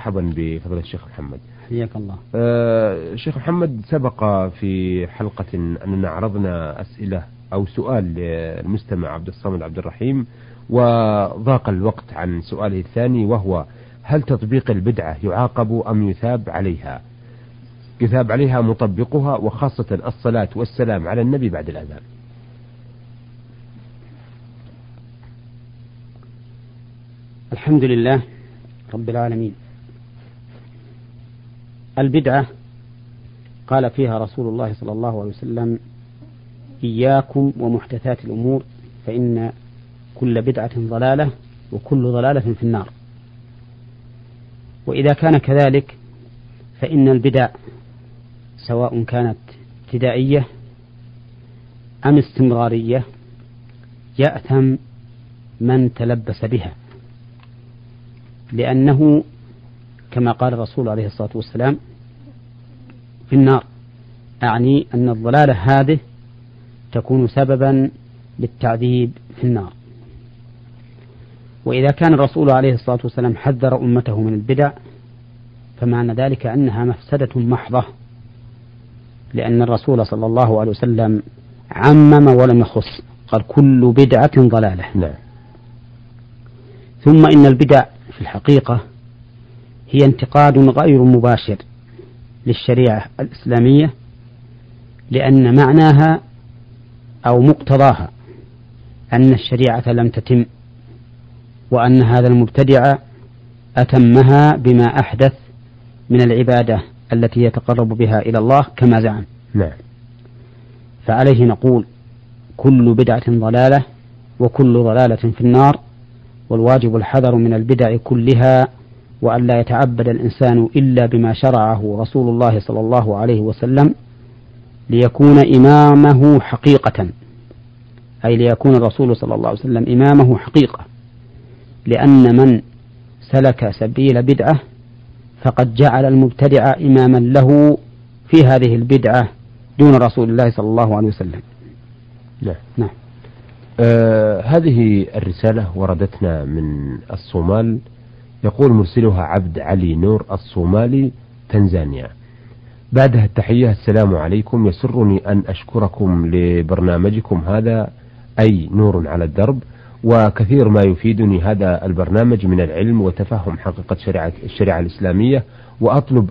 مرحبا بفضل الشيخ محمد. حياك الله. شيخ محمد، سبق في حلقة أننا عرضنا أسئلة أو سؤال للمستمع عبد الصمد عبد الرحيم، وضاق الوقت عن سؤاله الثاني، وهو: هل تطبيق البدعة يعاقب أم يثاب عليها مطبقها، وخاصة الصلاة والسلام على النبي بعد الأذان؟ الحمد لله رب العالمين. البدعة قال فيها رسول الله صلى الله عليه وسلم: إياكم ومحدثات الأمور فإن كل بدعة ضلالة وكل ضلالة في النار. وإذا كان كذلك فإن البدع سواء كانت ابتدائية أم استمرارية يأثم من تلبس بها، لأنه كما قال الرسول عليه الصلاة والسلام: في النار. أعني أن الضلالة هذه تكون سببا للتعذيب في النار. وإذا كان الرسول عليه الصلاة والسلام حذر أمته من البدع فمعنى ذلك أنها مفسدة محضة، لأن الرسول صلى الله عليه وسلم عمم ولم يخص، قال: كل بدعة ضلالة. نعم. ثم إن البدع في الحقيقة هي انتقاد غير مباشر للشريعة الإسلامية، لأن معناها أو مقتضاها أن الشريعة لم تتم، وأن هذا المبتدع أتمها بما أحدث من العبادة التي يتقرب بها إلى الله كما زعم. نعم. فعليه نقول: كل بدعة ضلالة وكل ضلالة في النار، والواجب الحذر من البدع كلها، وأن لا يتعبد الإنسان إلا بما شرعه رسول الله صلى الله عليه وسلم ليكون إمامه حقيقة، أي ليكون الرسول صلى الله عليه وسلم إمامه حقيقة، لأن من سلك سبيل بدعة فقد جعل المبتدع إماما له في هذه البدعة دون رسول الله صلى الله عليه وسلم. نعم. هذه الرسالة وردتنا من الصومال، يقول مرسلها عبد علي نور الصومالي، تنزانيا. بعدها التحية: السلام عليكم، يسرني أن أشكركم لبرنامجكم هذا، أي نور على الدرب، وكثير ما يفيدني هذا البرنامج من العلم وتفهم حقيقة الشريعة الإسلامية، وأطلب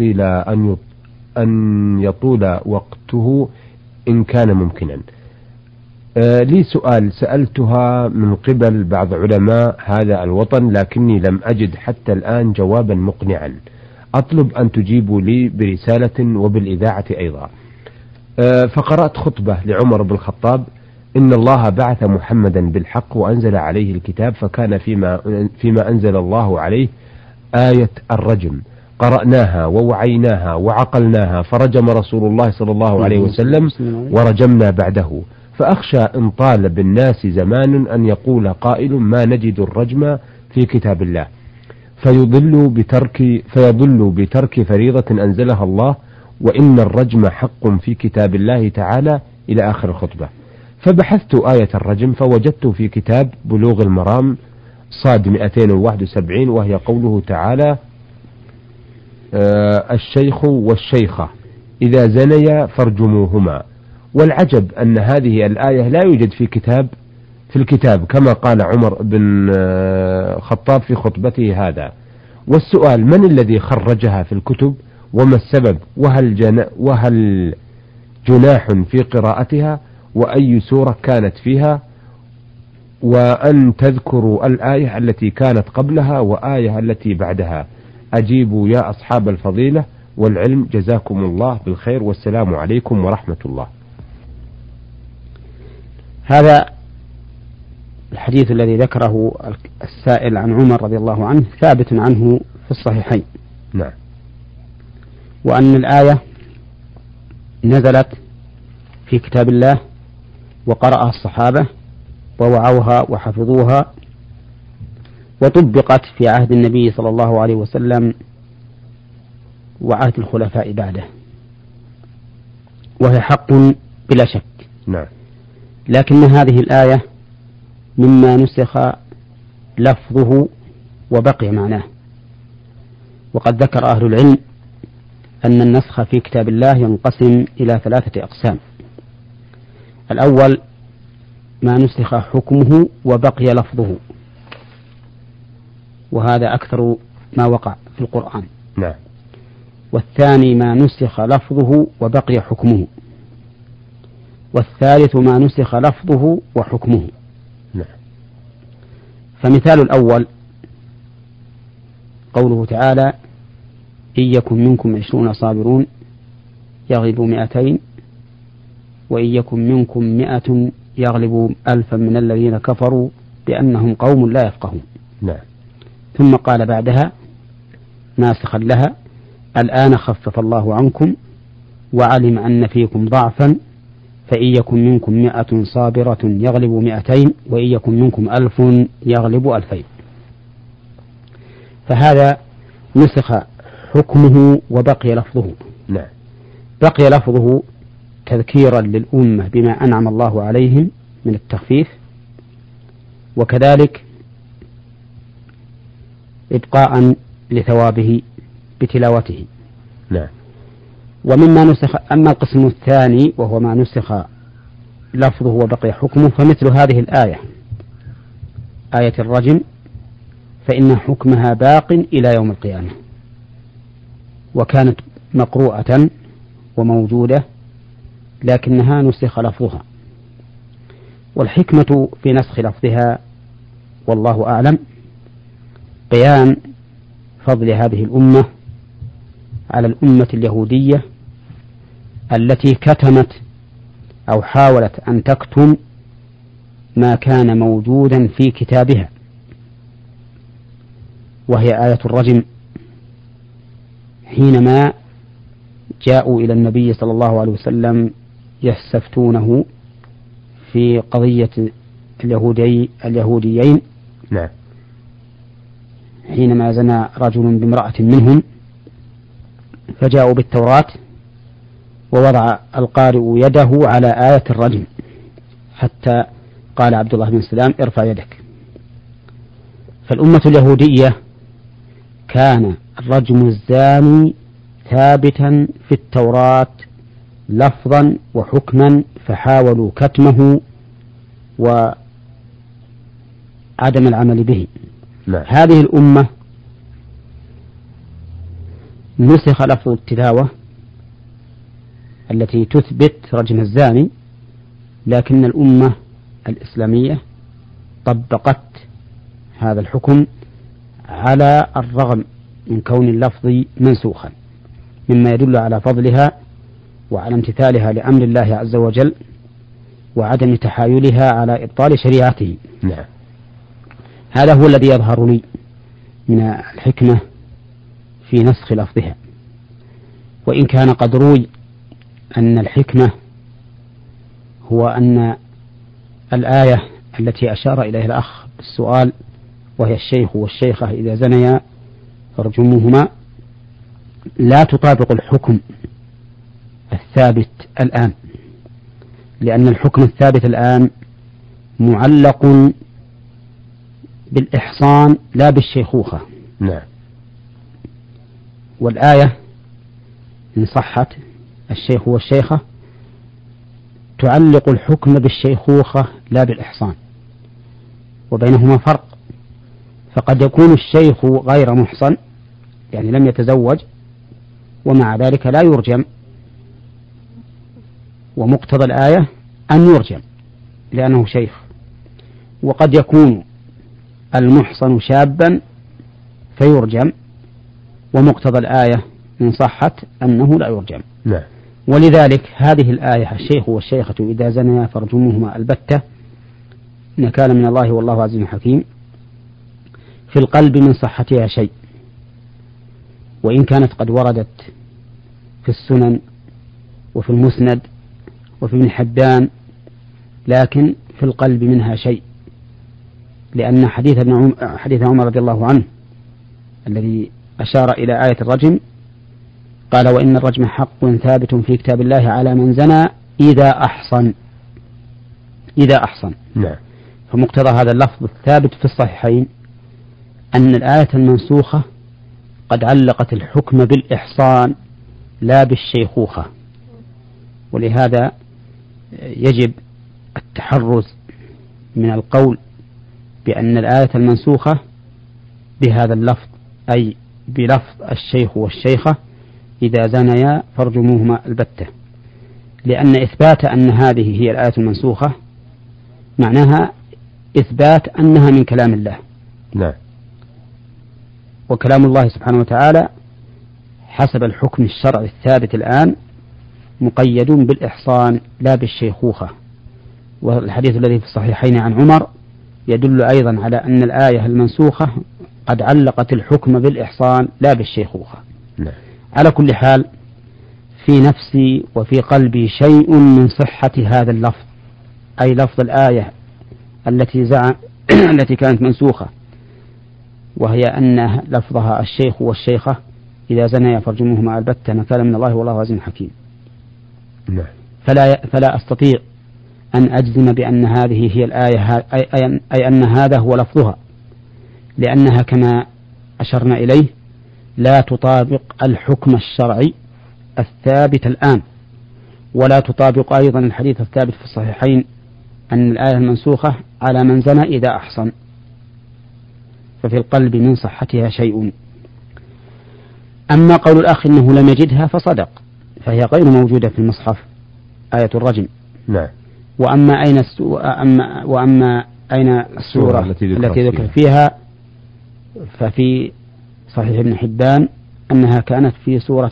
أن يطول وقته إن كان ممكنا. لي سؤال سألتها من قبل بعض علماء هذا الوطن، لكني لم أجد حتى الآن جوابا مقنعا. أطلب أن تجيبوا لي برسالة وبالإذاعة أيضا. فقرأت خطبة لعمر بن الخطاب: إن الله بعث محمدا بالحق وأنزل عليه الكتاب، فكان فيما أنزل الله عليه آية الرجم، قرأناها ووعيناها وعقلناها، فرجم رسول الله صلى الله عليه وسلم ورجمنا بعده. فأخشى إن طال بالناس زمان أن يقول قائل: ما نجد الرجم في كتاب الله، فيضل بترك فريضة أنزلها الله، وإن الرجم حق في كتاب الله تعالى، إلى آخر الخطبة. فبحثت آية الرجم فوجدت في كتاب بلوغ المرام صاد 271، وهي قوله تعالى: الشيخ والشيخة إذا زنيا فارجموهما. والعجب أن هذه الآية لا يوجد في الكتاب كما قال عمر بن خطاب في خطبته هذا. والسؤال: من الذي خرجها في الكتب، وما السبب، وهل جناح في قراءتها، وأي سورة كانت فيها، وأن تذكروا الآية التي كانت قبلها وآية التي بعدها. أجيبوا يا أصحاب الفضيلة والعلم، جزاكم الله بالخير، والسلام عليكم ورحمة الله. هذا الحديث الذي ذكره السائل عن عمر رضي الله عنه ثابت عنه في الصحيحين. نعم. وأن الآية نزلت في كتاب الله وقرأها الصحابة ووعوها وحفظوها، وطبقت في عهد النبي صلى الله عليه وسلم وعهد الخلفاء بعده، وهي حق بلا شك. نعم. لكن هذه الآية مما نسخ لفظه وبقي معناه، وقد ذكر أهل العلم أن النسخ في كتاب الله ينقسم إلى 3 أقسام. الأول ما نسخ حكمه وبقي لفظه، وهذا أكثر ما وقع في القرآن. نعم. والثاني ما نسخ لفظه وبقي حكمه. والثالث ما نسخ لفظه وحكمه. نعم. فمثال الأول قوله تعالى: إن يكن منكم 20 صابرون يغلبوا 200 وإن يكن منكم 100 يغلبوا 1000 من الذين كفروا بأنهم قوم لا يفقهون. نعم. ثم قال بعدها ناسخا لها: الآن خفف الله عنكم وعلم أن فيكم ضعفا فإن يكن منكم 100 صابرة يغلبوا 200 وإن يكن منكم 1000 يغلبوا 2000. فهذا نسخ حكمه وبقي لفظه. نعم. بقي لفظه تذكيرا للأمة بما أنعم الله عليهم من التخفيف، وكذلك إبقاء لثوابه بتلاوته. نعم. ومما نسخ، أما القسم الثاني وهو ما نسخ لفظه وبقي حكمه، فمثل هذه الآية، آية الرجم، فإن حكمها باق إلى يوم القيامة، وكانت مقروءة وموجودة لكنها نسخ لفظها. والحكمة في نسخ لفظها والله أعلم بيان فضل هذه الأمة على الأمة اليهودية التي كتمت أو حاولت أن تكتم ما كان موجودا في كتابها، وهي آية الرجم. حينما جاءوا إلى النبي صلى الله عليه وسلم يستفتونه في قضية اليهوديين، نعم، حينما زنى رجل بامرأة منهم، فجاءوا بالتوراة ووضع القارئ يده على آية الرجم حتى قال عبد الله بن سلام: ارفع يدك. فالأمة اليهودية كان رجم الزاني ثابتا في التوراة لفظا وحكما، فحاولوا كتمه وعدم العمل به. نعم. هذه الأمة نسخ لفظ التلاوة التي تثبت رجم الزاني، لكن الأمة الإسلامية طبقت هذا الحكم على الرغم من كون اللفظ منسوخا، مما يدل على فضلها وعلى امتثالها لأمر الله عز وجل وعدم تحايلها على إبطال شريعته. نعم. هذا هو الذي يظهر لي من الحكمة في نسخ لفظها. وإن كان قد روي أن الحكمة هو أن الآية التي أشار إليها الأخ بالسؤال، وهي الشيخ والشيخة إذا زنيا فارجموهما، لا تطابق الحكم الثابت الآن، لأن الحكم الثابت الآن معلق بالإحصان لا بالشيخوخة. نعم. والآية إن صحت الشيخ والشيخة تعلق الحكم بالشيخوخة لا بالإحصان، وبينهما فرق. فقد يكون الشيخ غير محصن، يعني لم يتزوج، ومع ذلك لا يرجم، ومقتضى الآية أن يرجم لأنه شيخ. وقد يكون المحصن شابا فيرجم، ومقتضى الآية إن صحت أنه لا يرجم. نعم. ولذلك هذه الآية الشيخ والشيخة إذا زنيا فارجموهما البتة نكالا من الله والله عزيز حكيم، في القلب من صحتها شيء، وإن كانت قد وردت في السنن وفي المسند وفي ابن حبان، لكن في القلب منها شيء، لأن حديث عمر رضي الله عنه الذي أشار إلى آية الرجم قال: وإن الرجم حق ثابت في كتاب الله على من زنى إذا أحصن. نعم. فمقتضى هذا اللفظ الثابت في الصحيحين أن الآية المنسوخة قد علقت الحكم بالإحصان لا بالشيخوخة، ولهذا يجب التحرز من القول بأن الآية المنسوخة بهذا اللفظ، أي بلفظ الشيخ والشيخة إذا زنيا فارجموهما البتة، لأن إثبات أن هذه هي الآية المنسوخة معناها إثبات أنها من كلام الله. نعم. وكلام الله سبحانه وتعالى حسب الحكم الشرعي الثابت الآن مقيد بالإحصان لا بالشيخوخة. والحديث الذي في الصحيحين عن عمر يدل أيضا على أن الآية المنسوخة قد علقت الحكم بالإحصان لا بالشيخوخة. نعم. على كل حال في نفسي وفي قلبي شيء من صحة هذا اللفظ، أي لفظ الآية التي كانت منسوخة، وهي أن لفظها الشيخ والشيخة إذا زنيا فارجموهما البتة نكالا من الله والله عزيز حكيم. نعم. فلا أستطيع أن أجزم بأن هذه هي الآية، أي أن هذا هو لفظها، لأنها كما أشرنا إليه لا تطابق الحكم الشرعي الثابت الآن، ولا تطابق أيضا الحديث الثابت في الصحيحين أن الآية المنسوخة على من زنى إذا أحصن، ففي القلب من صحتها شيء. أما قول الأخ إنه لم يجدها فصدق، فهي غير موجودة في المصحف آية الرجم. نعم. وأما أين السورة التي ذكر فيها، ففي صحيح ابن حبان أنها كانت في سورة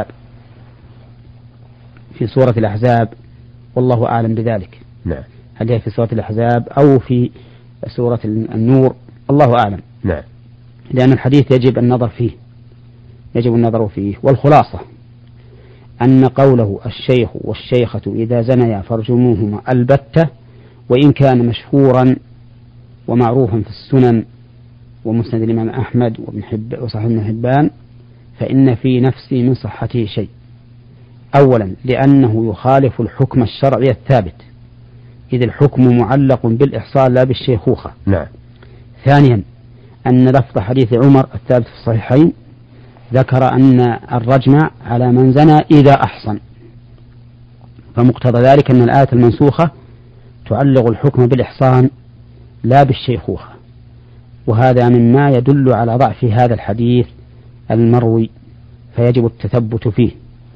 الأحزاب، والله أعلم بذلك. نعم. هل هي في سورة الأحزاب أو في سورة النور، الله أعلم. نعم. لأن الحديث يجب النظر فيه. والخلاصة أن قوله الشيخ والشيخة إذا زنيا فارجموهما البتة، وإن كان مشهورا ومعروفا في السنن ومسند الإمام أحمد وصحيح ابن حبان، فإن في نفسي من صحته شيء. أولا لأنه يخالف الحكم الشرعي الثابت، إذ الحكم معلق بالإحصان لا بالشيخوخة. نعم. ثانيا أن لفظ حديث عمر الثابت في الصحيحين ذكر أن الرجم على من زنى إذا أحصن، فمقتضى ذلك أن الآية المنسوخة تعلق الحكم بالإحصان لا بالشيخوخة، وهذا مما يدل على ضعف هذا الحديث المروي، فيجب التثبت فيه.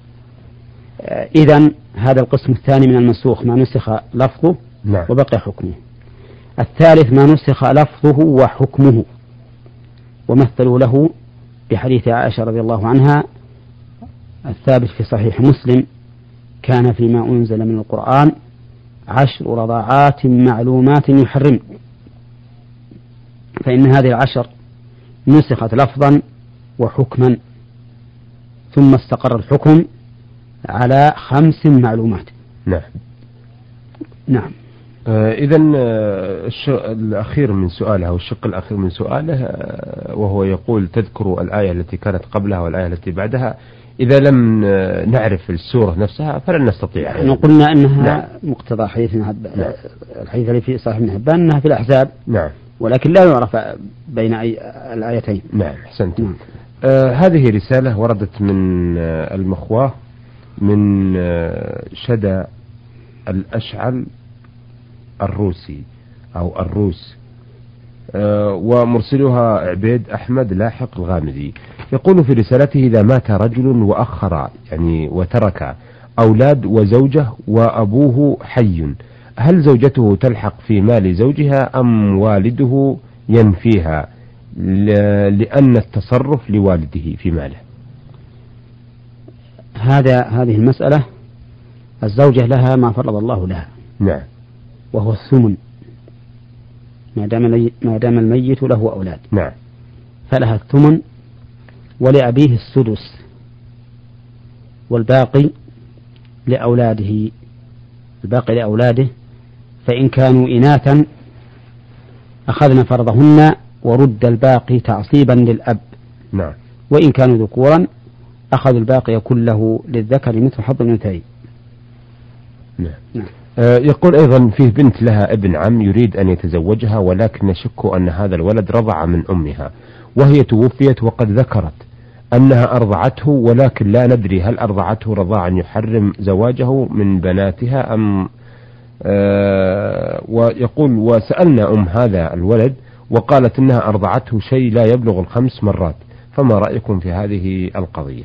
إذن هذا القسم الثاني من المنسوخ ما نسخ لفظه نعم. وبقي حكمه. الثالث ما نسخ لفظه وحكمه، ومثلوا له بحديث عائشة رضي الله عنها الثابت في صحيح مسلم: كان فيما أنزل من القرآن 10 رضاعات معلومات يحرم، فإن هذه 10 نسخت لفظا وحكما، ثم استقر الحكم على 5 معلومات. نعم. نعم. إذن الأخير من سؤاله، والشق الأخير من سؤاله، وهو يقول: تذكر الآية التي كانت قبلها والآية التي بعدها، إذا لم نعرف السورة نفسها فلن نستطيع. يعني قلنا أنها نعم. مقتضى حديث الحديث الذي في صحيح ابن حبان أنها في الأحزاب. نعم. ولكن لا يعرف بين الآيتين. نعم. أحسنت. نعم. هذه رسالة وردت من المخواه من شدى الأشعل الروسي أو الروس، ومرسلها عبيد أحمد لاحق الغامدي. يقول في رسالته: إذا مات رجل وأخر يعني وترك أولاد وزوجة وأبوه حي، هل زوجته تلحق في مال زوجها أم والده ينفيها لأن التصرف لوالده في ماله؟ هذه المسألة الزوجة لها ما فرض الله لها. نعم. وهو الثمن ما دام الميت له أولاد. نعم. فلها الثمن، ولأبيه السدس، والباقي لأولاده. فإن كانوا إناثا أخذنا فرضهن ورد الباقي تعصيبا للأب. نعم. وإن كانوا ذكورا أخذوا الباقي كله للذكر مثل حظ الأنثيين. نعم. يقول أيضا: فيه بنت لها ابن عم يريد أن يتزوجها، ولكن نشك أن هذا الولد رضع من أمها وهي توفيت وقد ذكرت أنها أرضعته، ولكن لا ندري هل أرضعته رضاعا يحرم زواجه من بناتها أم ويقول وسألنا هذا الولد وقالت أنها أرضعته شيء لا يبلغ 5 مرات، فما رأيكم في هذه القضية؟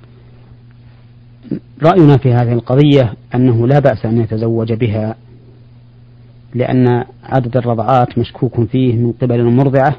رأينا في هذه القضية أنه لا بأس أن يتزوج بها، لأن عدد الرضعات مشكوك فيه من قبل المرضعة،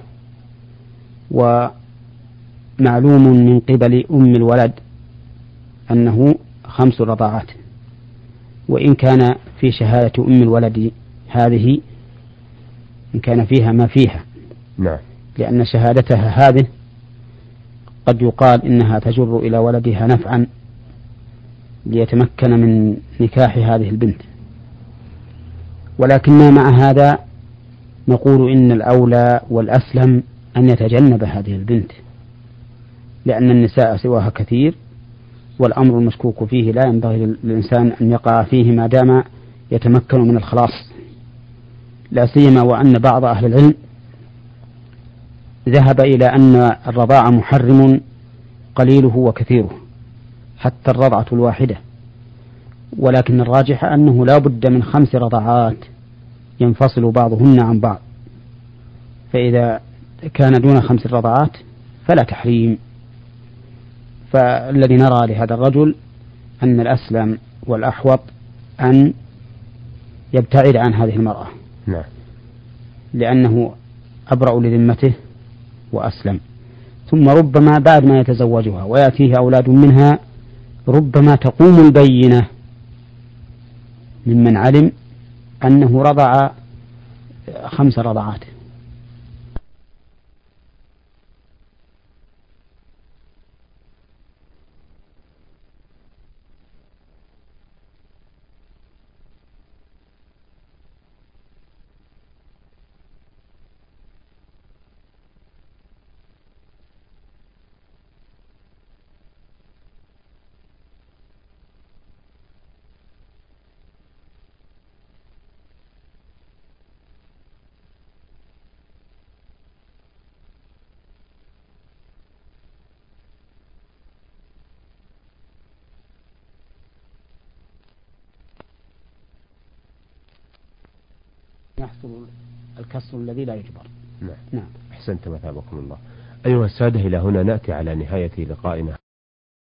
ومعلوم من قبل أم الولد أنه 5 رضعات، وإن كان في شهادة أم الولد هذه إن كان فيها ما فيها، نعم، لأن شهادتها هذه قد يقال إنها تجر إلى ولدها نفعا ليتمكن من نكاح هذه البنت، ولكننا مع هذا نقول إن الأولى والأسلم أن يتجنب هذه البنت، لأن النساء سواها كثير، والأمر المشكوك فيه لا ينبغي للإنسان أن يقع فيه ما دام يتمكن من الخلاص، لا سيما وأن بعض أهل العلم ذهب إلى أن الرضاع محرم قليله وكثيره حتى الرضعة الواحدة، ولكن الراجح أنه لا بد من 5 رضعات ينفصل بعضهن عن بعض، فإذا كان دون 5 رضعات فلا تحريم. فالذي نرى لهذا الرجل أن الأسلم والأحوط أن يبتعد عن هذه المرأة، نعم، لأنه أبرأ لذمته وأسلم. ثم ربما بعد ما يتزوجها ويأتيه أولاد منها ربما تقوم البينة ممن علم أنه رضع 5 رضعات. يحصل الكسر الذي لا يجبر. نعم. أحسنت مثابكم الله. أيها السادة، إلى هنا نأتي على نهاية لقائنا.